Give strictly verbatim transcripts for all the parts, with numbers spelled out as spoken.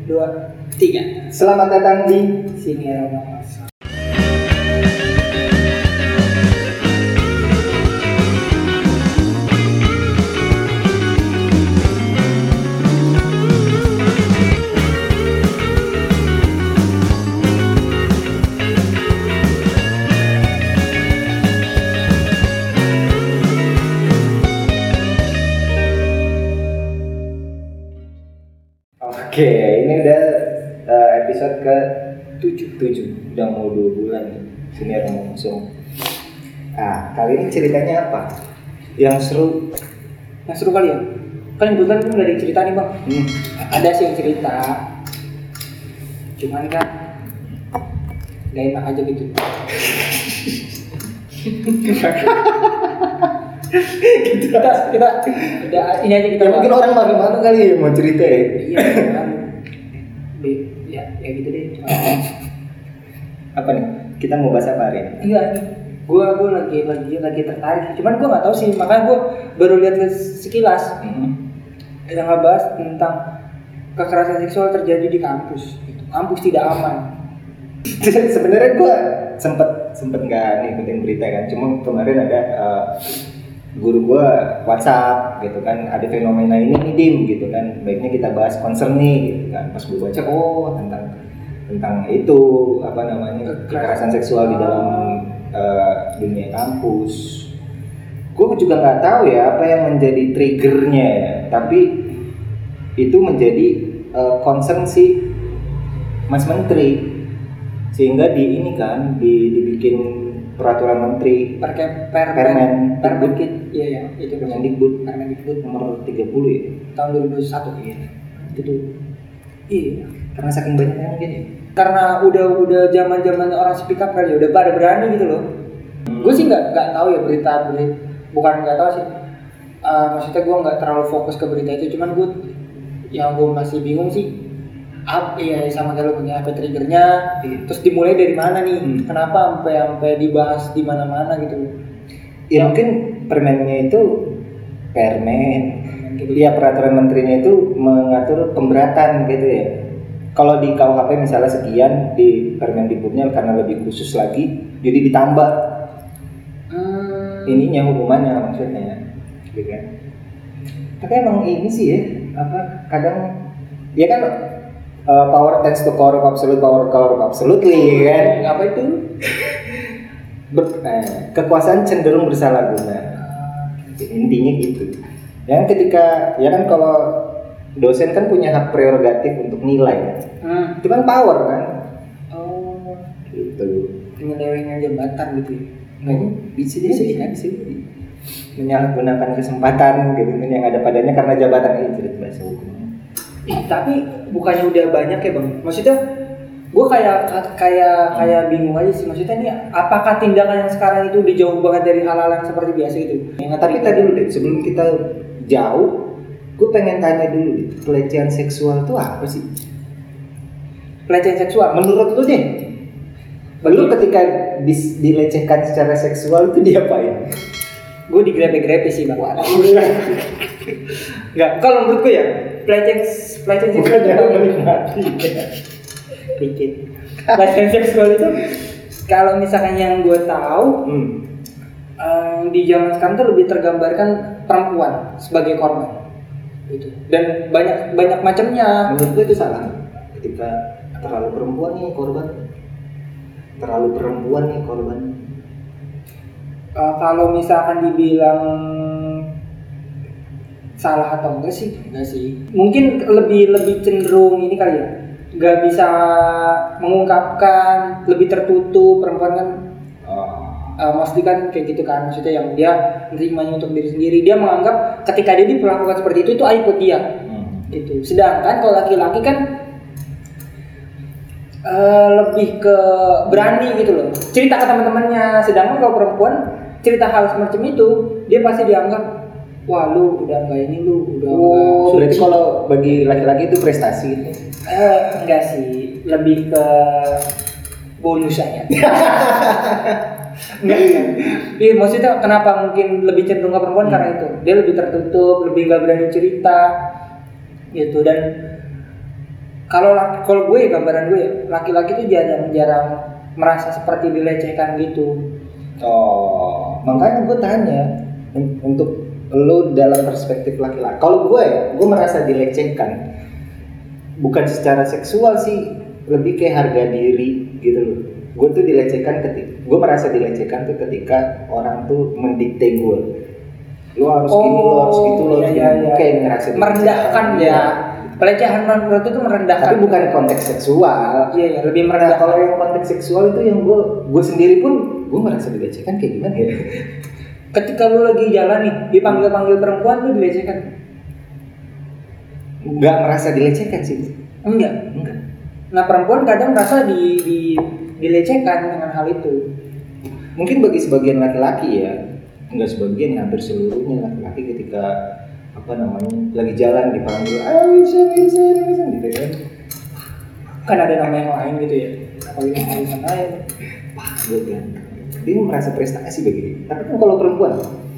dua, tiga. Selamat datang di Sini Romas. Oke, ini udah uh, episode ke tujuh tujuh, udah mau dua bulan nih. Sini langsung. Ah, kali ini ceritanya apa? Yang seru? Yang seru kali ya? Kan kebetulan kan nggak ada cerita nih bang. Hmm. Ada sih yang cerita, cuman kan nggak enak aja gitu. kita kita udah ini aja kita. Ya, mungkin orang malu-malu kali ya mau cerita ya. Iya kan. Ya, ya gitu deh. Apa nih? Kita mau bahas apa hari ini? Iya ini. Gua gua lagi lagi lagi tertarik. Cuman gua nggak tahu sih. Makanya gua baru lihat sekilas. Hmm. Yang ngebahas tentang kekerasan seksual terjadi di kampus. Kampus tidak aman. Sebenarnya gue sempet sempet nggak ngikutin berita kan, cuma kemarin ada uh, guru gue WhatsApp gitu kan, ada fenomena ini nih Dim gitu kan, baiknya kita bahas concern nih gitu kan. Pas gue baca oh tentang tentang itu apa namanya kekerasan seksual di dalam uh, dunia kampus. Gue juga nggak tahu ya apa yang menjadi triggernya ya, tapi itu menjadi uh, concern si Mas Menteri. Sehingga di ini kan di, dibikin peraturan menteri Perke, per, permen Permendikbud, iya ya itu Permendikbud Permendikbud nomor tiga puluh ya tahun dua ribu dua puluh satu iya itu tuh iya karena saking banyaknya mungkin ya karena udah udah zaman zaman orang speak up kali ya udah pada berani gitu loh. Hmm. Gue sih nggak nggak tahu ya berita berita bukan nggak tahu sih uh, maksudnya gue nggak terlalu fokus ke berita itu, cuman gue yang gue masih bingung sih apa ya sama kalau punya apa triggernya, terus dimulai dari mana nih, hmm. kenapa sampai sampai dibahas di mana-mana gitu. Ya mungkin permennya itu permen, gitu. Ya peraturan menterinya itu mengatur pemberatan gitu ya. Kalau di K U H P misalnya sekian, di Permendikbudnya karena lebih khusus lagi, jadi ditambah hmm. ininya hukumannya maksudnya, gitu kan. Tapi emang ini sih ya, apa kadang ya kan. Uh, power tends to corrupt absolute, power corrupt absolutely kan? Apa itu? Ber, eh, kekuasaan cenderung bersalah guna. Intinya gitu. Yang ketika ya kan kalau dosen kan punya hak prerogatif untuk nilai, hmm. itu kan power kan? Oh, gitu. Penyelewengan jabatan gitu. Hmm. Bisa bisa bisa bisa. Menyalahgunakan kesempatan gitu kan yang ada padanya karena jabatan itu bahasa hukum. Eh, tapi bukannya udah banyak ya bang? Maksudnya gue kayak kayak kayak bingung aja sih. Maksudnya ini apakah tindakan yang sekarang itu udah jauh banget dari hal-hal yang seperti biasa gitu? Nah, tapi tadi dulu deh sebelum kita jauh, gue pengen tanya dulu deh, pelecehan seksual itu apa sih? Pelecehan seksual? Menurut lu deh, lu ketika dis- dilecehkan secara seksual itu diapain? Gue digrepe-grepe sih bang. Enggak, kalau menurut gue ya pelecehan pelecehan seksual itu menikmati dikit. Pelecehan seksual itu kalau misalkan yang gue tahu hmm. um, di zaman sekarang tuh lebih tergambarkan perempuan sebagai korban gitu. Dan banyak banyak macamnya. Menurut gue itu salah ketika terlalu perempuan nih korban terlalu perempuan nih korban uh, kalau misalkan dibilang salah atau enggak sih? Enggak sih. Mungkin lebih lebih cenderung ini kali ya. Enggak bisa mengungkapkan, lebih tertutup perempuan kan. Oh. Uh, maksudnya kan kayak gitu kan. Maksudnya yang dia menerimanya untuk diri sendiri. Dia menganggap ketika dia diperlakukan seperti itu itu aib buat dia. Hmm. Gitu. Sedangkan kalau laki-laki kan uh, lebih ke berani gitu loh. Cerita ke teman-temannya. Sedangkan kalau perempuan cerita hal semacam itu, dia pasti dianggap wah lu udah enggak ini lu udah oh, enggak. Berarti kalau bagi laki-laki itu prestasi gitu. Eh enggak sih, lebih ke bonus aja. Enggak. Iya, maksudnya kenapa mungkin lebih cenderung ke perempuan hmm. karena itu. Dia lebih tertutup, lebih enggak berani cerita gitu. Dan kalau laki- kalau gue gambaran gue laki-laki tuh jarang-jarang merasa seperti dilecehkan gitu. Oh, makanya gue tanya un- untuk lo dalam perspektif laki-laki. Kalau gue ya, gue merasa dilecehkan bukan secara seksual sih, lebih kayak harga diri gitu loh. Gue tuh dilecehkan ketika gue merasa dilecehkan tuh ketika orang tuh mendikte gue. Lo harus Oh, gini, lo harus gitu, lo iya, harus iya, gini. iya. Kayak ngerasa Merendahkan dilecehkan. ya. Pelecehan menurut itu merendahkan. Tapi bukan konteks seksual. Iya ya, lebih Nah, merendahkan. kalau yang konteks seksual itu yang gue gue sendiri pun gue merasa dilecehkan kayak gimana ya? Ketika lu lagi jalan nih, dipanggil-panggil perempuan lu dilecehkan? Nggak merasa dilecehkan sih. Enggak. Enggak. Nah, perempuan kadang merasa di, di dilecehkan dengan hal itu. Mungkin bagi sebagian laki-laki ya, enggak sebagian, hampir seluruhnya laki-laki ketika apa namanya lagi jalan dipanggil, ayo bisa bisa bisa gitu kan. Kan ada nama yang lain gitu ya. Apalagi nama yang lain. Wah, gue kan. Dia merasa prestasi bagi dia. Tapi kan kalau perempuan,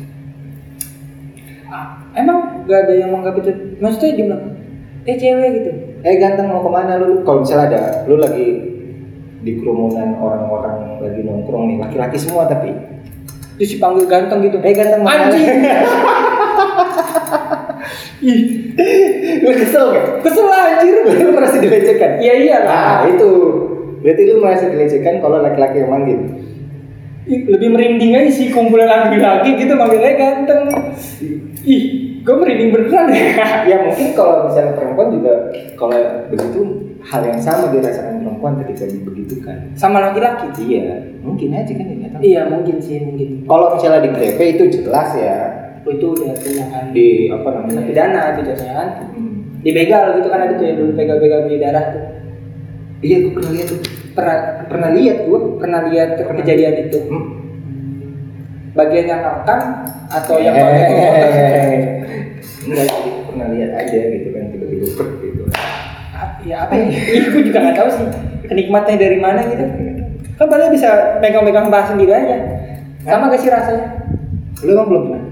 Ah, emang gak ada yang menganggap itu. Maksudnya dibilang, eh cewek gitu. eh ganteng mau kemana lu? Kalau misalnya ada, lu lagi di kerumunan orang-orang lagi nongkrong nih, laki-laki semua tapi, Terus dipanggil ganteng gitu. eh ganteng mau kemana? Anjing. Ih, lu kesel gak? Kesel anjir. Lu merasa dilecehkan? Iya iya lah. Nah itu, berarti lu merasa dilecehkan kalau laki-laki yang manggil. Ih, lebih merinding aja sih kumpulan laki-laki gitu manggilnya ganteng. Ih, gue merinding beneran ya. Ya mungkin kalau misalnya perempuan juga kalau begitu hal yang sama dirasakan perempuan ketika dibegitukan. Sama laki-laki. Iya, mungkin aja kan ya. Tahu. Iya mungkin sih mungkin. Kalau misalnya di grepe itu jelas ya. Oh, itu udah tindakan Di apa namanya? pidana gitu kan. Hmm. Dibegal gitu kan ada tuh yang dulu begal-begal beli darah tuh. Iya, gue pernah lihat tuh. Pernah Pernah lihat gue. pernah lihat Pernah. kejadian itu. Hmm. Bagian yang rekam atau yang Eh, bagian enggak sih, pernah lihat aja gitu kan tiba-tiba brek gitu. ya apa ya? Ih, gue juga nggak tahu sih kenikmatnya dari mana gitu. Kan padahal bisa megang-megang bahas sendiri aja. Sama gak sih rasanya? Lu emang belum pernah?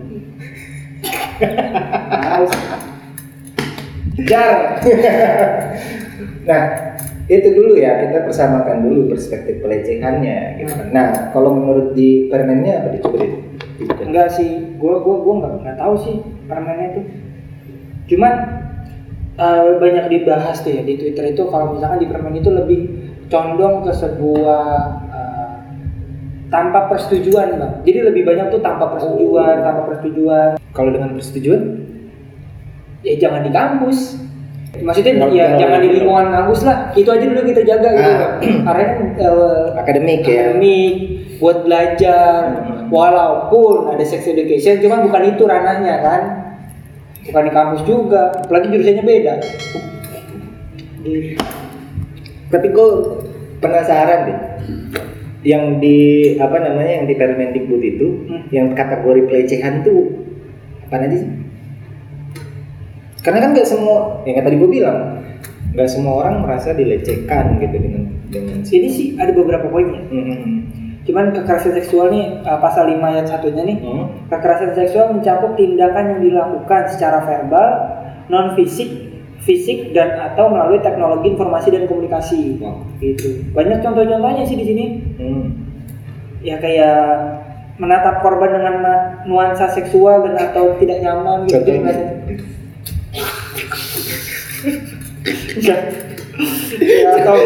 Jar. Nah, itu dulu ya, kita persamakan dulu perspektif pelecehannya gitu kan. Nah, kalau menurut di permennya apa dicoba deh? Enggak sih, gua gua gua nggak nggak tahu sih permennya itu. Cuman uh, banyak dibahas tuh ya di Twitter itu kalau misalkan di permen itu lebih condong ke sebuah uh, tanpa persetujuan bang. Jadi lebih banyak tuh tanpa persetujuan, tanpa persetujuan. Kalau dengan persetujuan? Ya jangan di kampus. Maksudnya Nggak, ya nggak, jangan di nggak. lingkungan kampus lah. Itu aja dulu kita jaga gitu. Ah. Karena kan uh, Akademik ya. akademik buat belajar. Hmm. Walaupun ada sex education, cuman bukan itu ranahnya kan. Bukan di kampus juga, apalagi jurusannya beda. Tapi gue penasaran deh. Yang di apa namanya yang di Permendikbud itu, Hmm. yang kategori pelecehan tuh apa aja sih? Karena kan nggak semua, yang tadi gue bilang, nggak semua orang merasa dilecehkan gitu dengan dengan Sini sih ada beberapa poinnya. Hmm. Cuman kekerasan seksual nih uh, pasal lima ayat satunya nih. Hmm. Kekerasan seksual mencakup tindakan yang dilakukan secara verbal, non fisik, fisik dan atau melalui teknologi informasi dan komunikasi. Wow. Gitu. Banyak contoh-contohnya sih di sini. Hmm. Ya kayak menatap korban dengan nuansa seksual dan atau tidak nyaman gitu. Contohnya? Ya. Ya, atau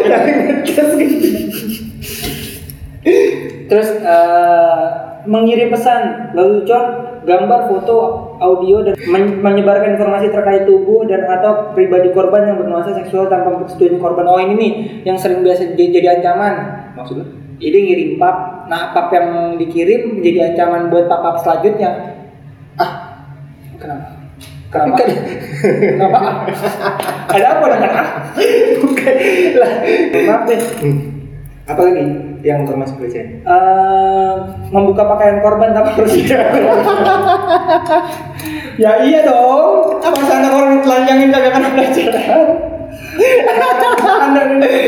terus uh, mengirim pesan, lelucon, gambar, foto, audio dan men- menyebarkan informasi terkait tubuh dan atau pribadi korban yang bernuansa seksual tanpa persetujuan korban. Oh ini nih yang sering biasa j- jadi ancaman. Maksudnya? Jadi ngirim pap, nah pap yang dikirim menjadi ancaman buat pap-pap selanjutnya. Ah, kenapa? Tapi Kenapa? kan Kenapa? Ada apa dengan ah? bukan lah. Maaf deh. Hmm. Apa lagi yang termasuk pelecehan? Eh, membuka pakaian korban tanpa persetujuan. Ya iya dong. Masa anak orang telanjangin kagak kena pelajaran? Anda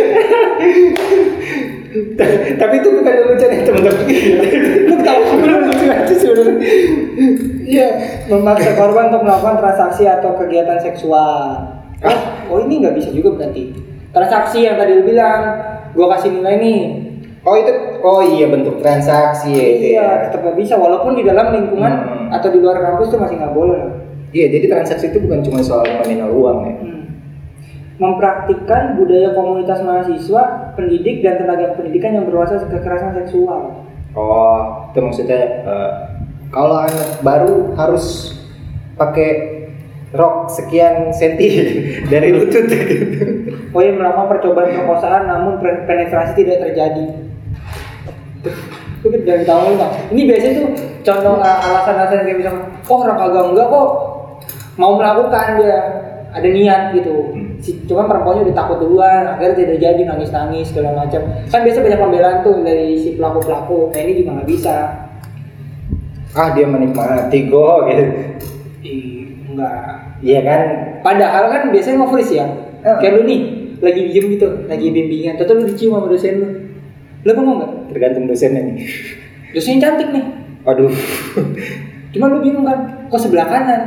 Tapi itu bukan lucu ya teman-teman. lu tahu belum lucu aja sebenarnya. Iya, memaksa korban untuk melakukan transaksi atau kegiatan seksual. Oh, oh ini nggak bisa juga berarti. Transaksi yang tadi lu bilang, gue kasih nilai nih. Oh itu, oh iya bentuk transaksi ya itu Iya, ya. tetap nggak bisa. Walaupun di dalam lingkungan Hmm. atau di luar kampus tuh masih nggak boleh. Iya, jadi transaksi itu bukan cuma soal nominal uang ya. Hmm. Mempraktikkan budaya komunitas mahasiswa, pendidik dan tenaga pendidikan yang bernuansa kekerasan seksual. Oh, itu maksudnya uh, kalau anak baru harus pakai rok sekian senti dari lutut gitu. Oh ya, melakukan percobaan perkosaan namun penetrasi tidak terjadi. Itu dari tahun bang. Ini biasanya tuh contoh alasan-alasan kayak misalnya, oh orang kagak enggak kok mau melakukan dia ada niat gitu. Si, cuman perempuannya udah takut duluan, akhirnya tidak jadi nangis-nangis segala macam. Kan biasa banyak pembelaan tuh dari si pelaku-pelaku. Nah ini juga nggak bisa. Ah dia menikmati kok gitu. Ih, enggak. Iya kan? Padahal kan biasanya nge-freeze ya. Uh. Kayak lu nih, lagi diem gitu, lagi bimbingan. Terus lu dicium sama dosen lu. Lu ngomong nggak? Tergantung dosennya nih. Dosennya cantik nih. Aduh. Cuma lu bingung kan, kok sebelah kanan?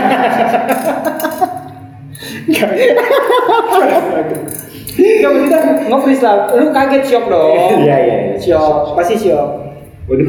Gak maksudnya nge-freeze lah. Lu kaget, shock dong. Iya iya. iya. Shock, pasti shock. Waduh.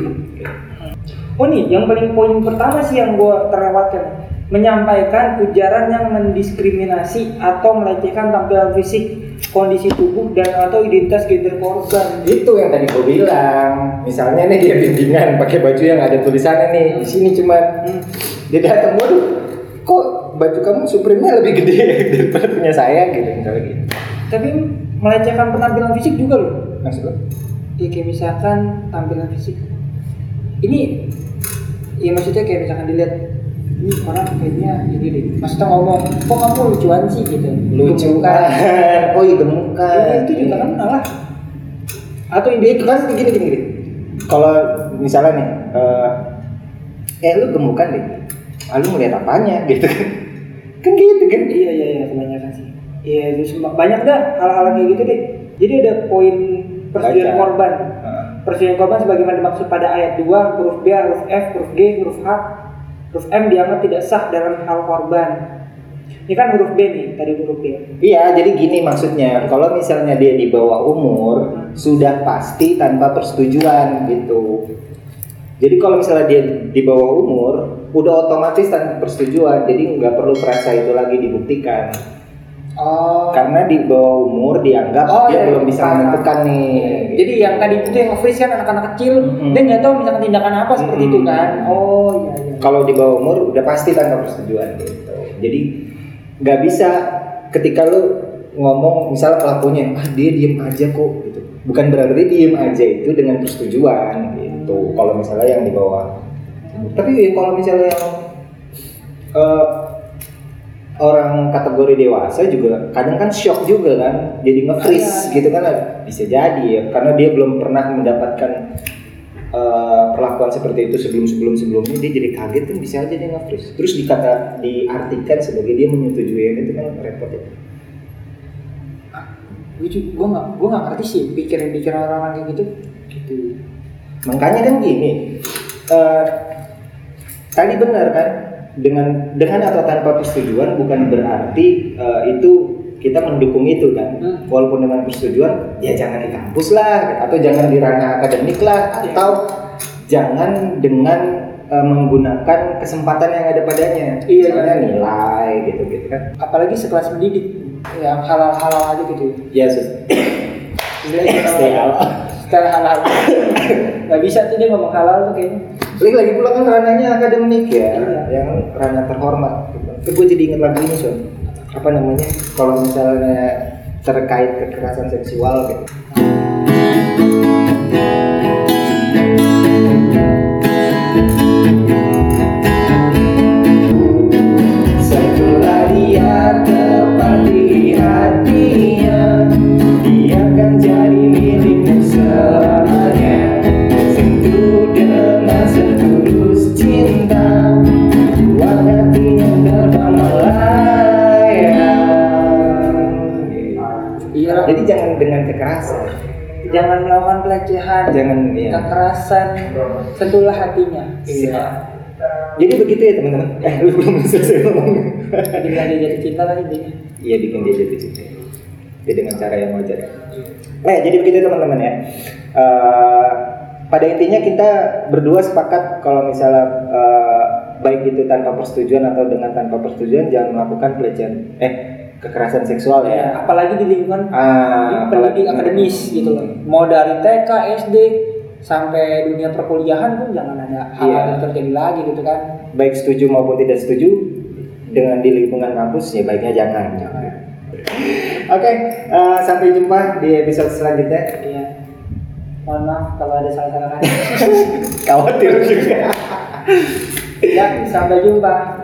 Oh nih, yang paling poin pertama sih yang gua terlewatkan, menyampaikan ujaran yang mendiskriminasi atau melecehkan tampilan fisik, kondisi tubuh dan atau identitas gender korban. Itu yang tadi gue bilang. Misalnya nih dia bimbingan pakai baju yang ada tulisannya nih di sini cuman hmm. dia datang, waduh, kok baju kamu Supreme-nya lebih gede daripada punya saya gitu misalnya gitu. Tapi melecehkan penampilan fisik juga loh. Maksudnya? Ya kayak misalkan tampilan fisik. Ini ya maksudnya kayak misalkan dilihat ini orang kayaknya ini deh. Maksudnya ngomong, kok kamu lucuan sih gitu. Lucu kan? Oh iya gemukan. Ya, itu juga kan salah. Atau ide Itu kan gini gini gini. Kalau misalnya nih, uh, eh lu gemukan deh. Ah, lu ngeliat apanya gitu kan? Kan gitu kan? Iya iya iya kebanyakan sih. Iya itu banyak dah hal-hal kayak gitu deh. Jadi ada poin persetujuan Baca. korban. Uh. Persetujuan korban sebagaimana dimaksud pada ayat dua, huruf B, huruf F, huruf G, huruf H, huruf M dianggap tidak sah dalam hal korban. Ini kan huruf B nih, tadi huruf B. Iya, jadi gini maksudnya. Kalau misalnya dia di bawah umur, hmm. sudah pasti tanpa persetujuan gitu. Jadi kalau misalnya dia di bawah umur, udah otomatis tanpa persetujuan. Jadi nggak perlu perasa itu lagi dibuktikan. Oh. Karena di bawah umur dianggap oh, dia iya, belum bisa menentukan nih. Gitu. Jadi yang tadi itu yang nge-freeze kan anak-anak kecil, mm-hmm. dan nggak tahu misalkan tindakan apa seperti mm-hmm. itu kan. Oh iya iya. Kalau di bawah umur udah pasti tanpa persetujuan gitu. Jadi nggak bisa ketika lu ngomong misalnya pelakunya, ah dia diem aja kok gitu. Bukan berarti diem aja itu dengan persetujuan gitu. Kalau misalnya yang di bawah. Tapi kalau misalnya yang uh, orang kategori dewasa juga kadang kan shock juga kan, jadi nge-freeze gitu kan, bisa jadi ya karena dia belum pernah mendapatkan uh, perlakuan seperti itu sebelum sebelum sebelumnya, dia jadi kaget kan, bisa aja dia nge-freeze terus dikata diartikan sebagai dia menyetujui, itu kan repot ya. Gue gue nggak gue nggak ngerti sih pikiran-pikiran orang-orang kayak gitu. Gitu. Makanya kan gini, uh, tadi benar kan. dengan dengan atau tanpa persetujuan bukan berarti uh, itu kita mendukung itu kan. hmm. Walaupun dengan persetujuan ya jangan di kampus lah atau jangan di ranah akademik lah atau jangan dengan uh, menggunakan kesempatan yang ada padanya, iya, misalnya kan? Nilai gitu-gitu kan, apalagi sekelas mendidik yang halal-halal aja gitu ya sus setelah halal nggak bisa tuh dia ngomong halal tuh kayaknya. Lagi lagi pula kan ranahnya akademik ya, iya. yang ranah terhormat. Itu gue jadi ingat lagu ini Son. Apa namanya? Kalau misalnya terkait kekerasan seksual gitu. Setelah dia tepat di hatinya, dia akan jadi milikmu selamanya. Sentuh dengan setulus cinta, buat hatinya terbang melayang. Iya. Jadi jangan dengan kekerasan, jangan melakukan pelecehan, jangan ya. kekerasan, sentuhlah hatinya. Iya. Jadi begitu ya teman-teman. Eh lu belum selesai ngomong. Jadi ada jatuh cinta lah intinya. Iya bikin dia jatuh cinta. Jadi dengan cara yang wajar. Eh jadi begitu teman-teman ya. Uh, pada intinya kita berdua sepakat kalau misalnya uh, baik itu tanpa persetujuan atau dengan tanpa persetujuan jangan melakukan pelecehan eh kekerasan seksual ya. Ya apalagi di lingkungan ah, pendidik akademis gitu loh. Mau dari T K, S D sampai dunia perkuliahan pun jangan ada hal iya. yang terjadi lagi gitu kan. Baik setuju maupun tidak setuju dengan di lingkungan kampus ya baiknya jangan. jangan. Oke, okay, uh, sampai jumpa di episode selanjutnya. Iya. Mohon maaf kalau ada salah-salah kata. Khawatir juga. Ya, sampai jumpa.